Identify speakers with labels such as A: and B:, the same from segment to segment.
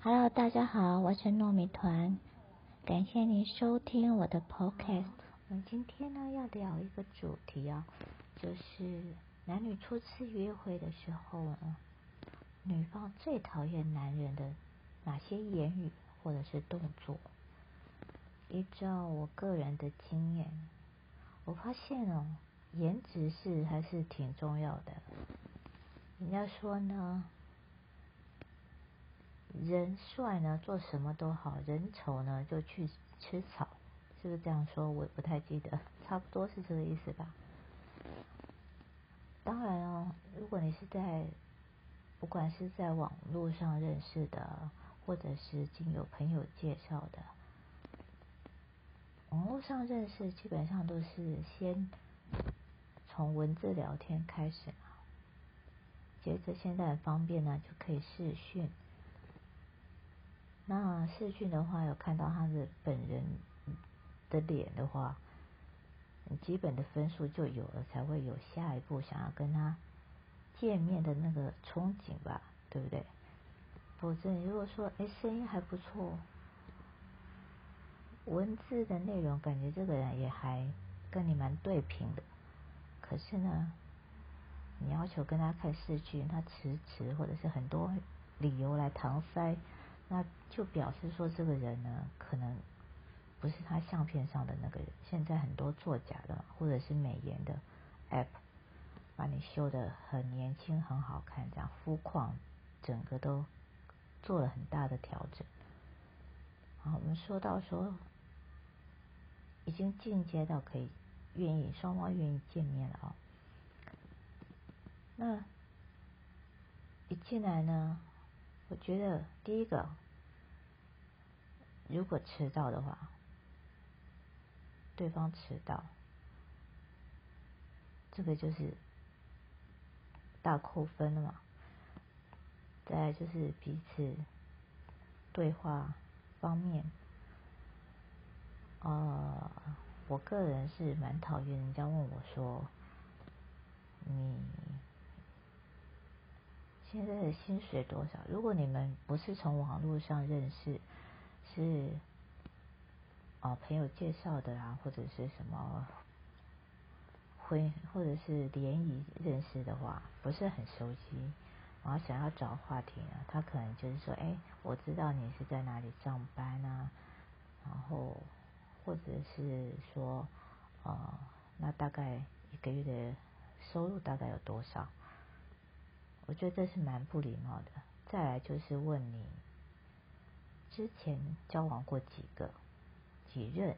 A: Hello，大家好，我是糯米团，感谢您收听我的 Podcast。我们今天呢要聊一个主题啊，就是男女初次约会的时候呢，女方最讨厌男人的哪些言语或者是动作。依照我个人的经验，我发现颜值还是挺重要的。人家说呢，人帅呢做什么都好，人丑呢就去吃草，是不是这样说？我不太记得，差不多是这个意思吧。当然如果你是不管是在网络上认识的，或者是经由朋友介绍的，网络上认识基本上都是先从文字聊天开始嘛，接着现在很方便呢，就可以视讯。那视讯的话，有看到他的本人的脸的话，基本的分数就有了，才会有下一步想要跟他见面的那个憧憬吧，对不对？否则你如果说声音还不错，文字的内容感觉这个人也还跟你蛮对平的，可是呢，你要求跟他看视讯，他迟或者是很多理由来搪塞，那就表示说这个人呢，可能不是他相片上的那个人。现在很多作假的或者是美颜的 app， 把你修得很年轻很好看，这样肤况整个都做了很大的调整。好，我们说到已经进阶到可以双方愿意见面了那一进来呢，我觉得第一个，如果迟到的话，对方迟到，这个就是大扣分了嘛。再来就是彼此对话方面，我个人是蛮讨厌人家问我说，你现在的薪水多少？如果你们不是从网络上认识，是朋友介绍的啊，或者是什么或者是联谊认识的话，不是很熟悉，然后想要找话题呢，他可能就是说，我知道你是在哪里上班啊，然后或者是说，那大概一个月的收入大概有多少？我觉得这是蛮不礼貌的。再来就是问你之前交往过几任，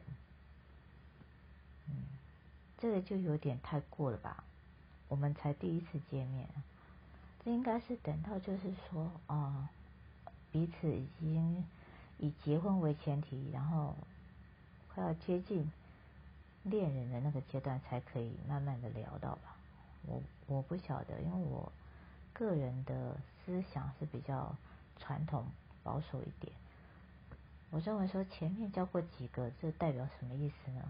A: 这个就有点太过了吧？我们才第一次见面，这应该是等到就是说，彼此已经以结婚为前提，然后快要接近恋人的那个阶段，才可以慢慢的聊到吧。我不晓得，因为我个人的思想是比较传统保守一点。我认为说前面交过几个，这代表什么意思呢？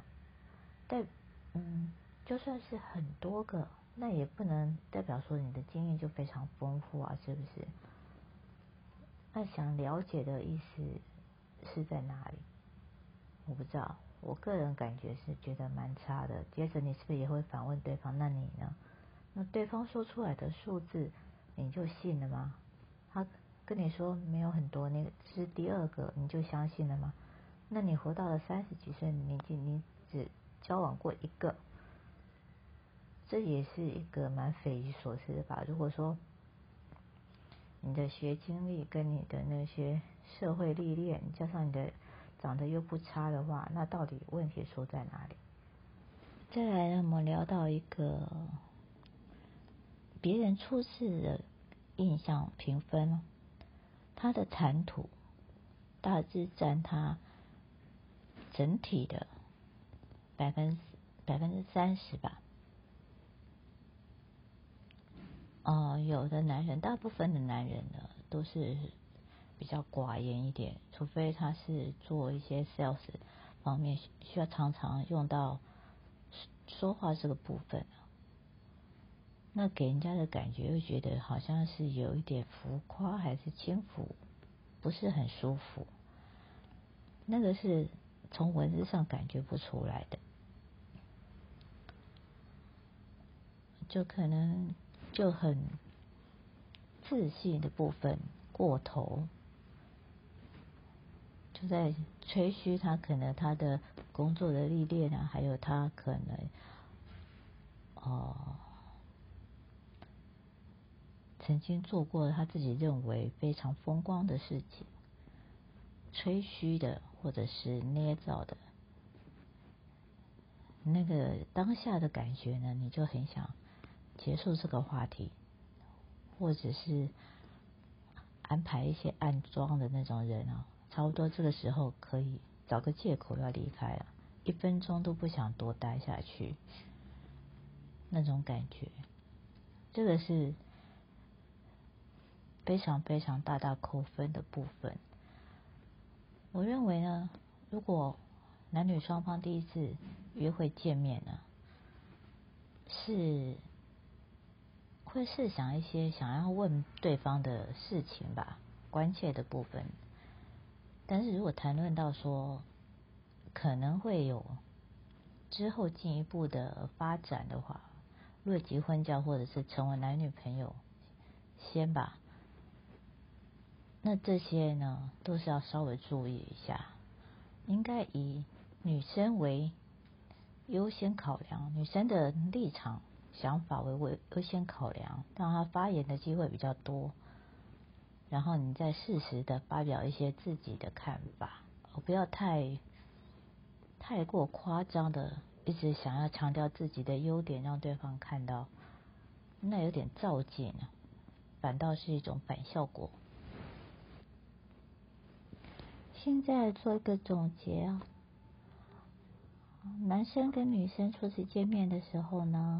A: 就算是很多个，那也不能代表说你的经验就非常丰富啊，是不是？那想了解的意思是在哪里？我不知道，我个人感觉是觉得蛮差的。接着你是不是也会反问对方，那你呢？那对方说出来的数字你就信了吗？他跟你说没有很多，那是第二个，你就相信了吗？那你活到了30几岁年纪，你只交往过一个，这也是一个蛮匪夷所思的吧。如果说你的学经历跟你的那些社会历练，加上你的长得又不差的话，那到底问题出在哪里？再来呢，我们聊到一个别人初次的印象评分，他的谈吐大致占他整体的30%吧。有的男人，大部分的男人呢，都是比较寡言一点，除非他是做一些 sales 方面需要常常用到说话这个部分，那给人家的感觉又觉得好像是有一点浮夸还是轻浮不是很舒服，那个是从文字上感觉不出来的，就可能就很自信的部分过头，就在吹嘘他可能他的工作的历练啊，还有他可能曾经做过他自己认为非常风光的事情，吹嘘的或者是捏造的，那个当下的感觉呢，你就很想结束这个话题，或者是安排一些暗装的那种人啊，差不多这个时候可以找个借口要离开了，1分钟都不想多待下去，那种感觉，这个是非常非常大大扣分的部分。我认为呢，如果男女双方第一次约会见面呢，是会试想一些想要问对方的事情吧，关切的部分。但是如果谈论到说可能会有之后进一步的发展的话，论及婚嫁或者是成为男女朋友先吧，那这些呢都是要稍微注意一下，应该以女生为优先考量，女生的立场想法为优先考量，让她发言的机会比较多，然后你再适时的发表一些自己的看法，不要太过夸张的一直想要强调自己的优点让对方看到，那有点造劲，反倒是一种反效果。现在做一个总结啊，男生跟女生初次见面的时候呢，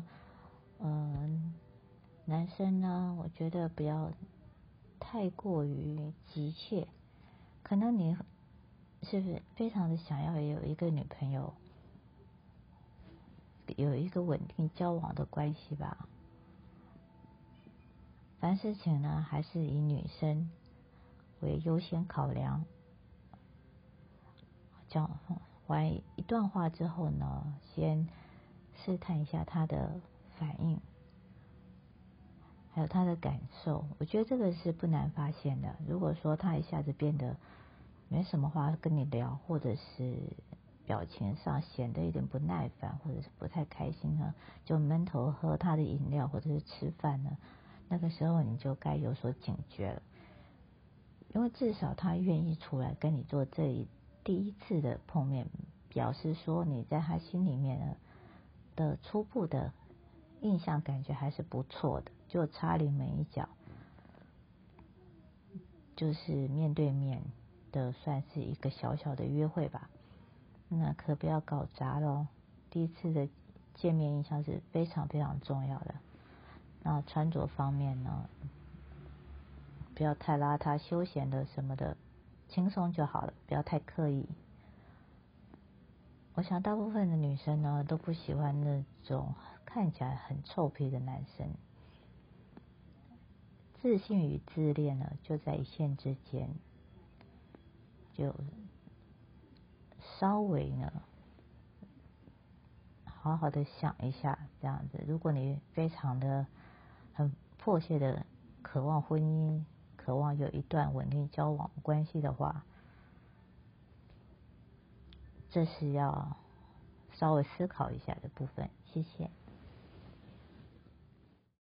A: 男生呢，我觉得不要太过于急切，可能你是不是非常的想要有一个女朋友，有一个稳定交往的关系吧。凡事情呢，还是以女生为优先考量。讲完一段话之后呢，先试探一下她的反应，还有她的感受。我觉得这个是不难发现的。如果说她一下子变得没什么话跟你聊，或者是表情上显得有点不耐烦，或者是不太开心呢，就闷头喝她的饮料或者是吃饭呢，那个时候你就该有所警觉了。因为至少她愿意出来跟你做第一次的碰面，表示说你在她心里面的初步的印象感觉还是不错的，就差临门一脚，就是面对面的算是一个小小的约会吧，那可不要搞砸了。第一次的见面印象是非常非常重要的。那穿着方面呢，不要太邋遢、休闲的什么的，轻松就好了，不要太刻意。我想大部分的女生呢都不喜欢那种看起来很臭屁的男生。自信与自恋呢就在一线之间，就稍微呢好好的想一下，这样子。如果你非常的很迫切的渴望婚姻，渴望有一段稳定交往关系的话，这是要稍微思考一下的部分。谢谢。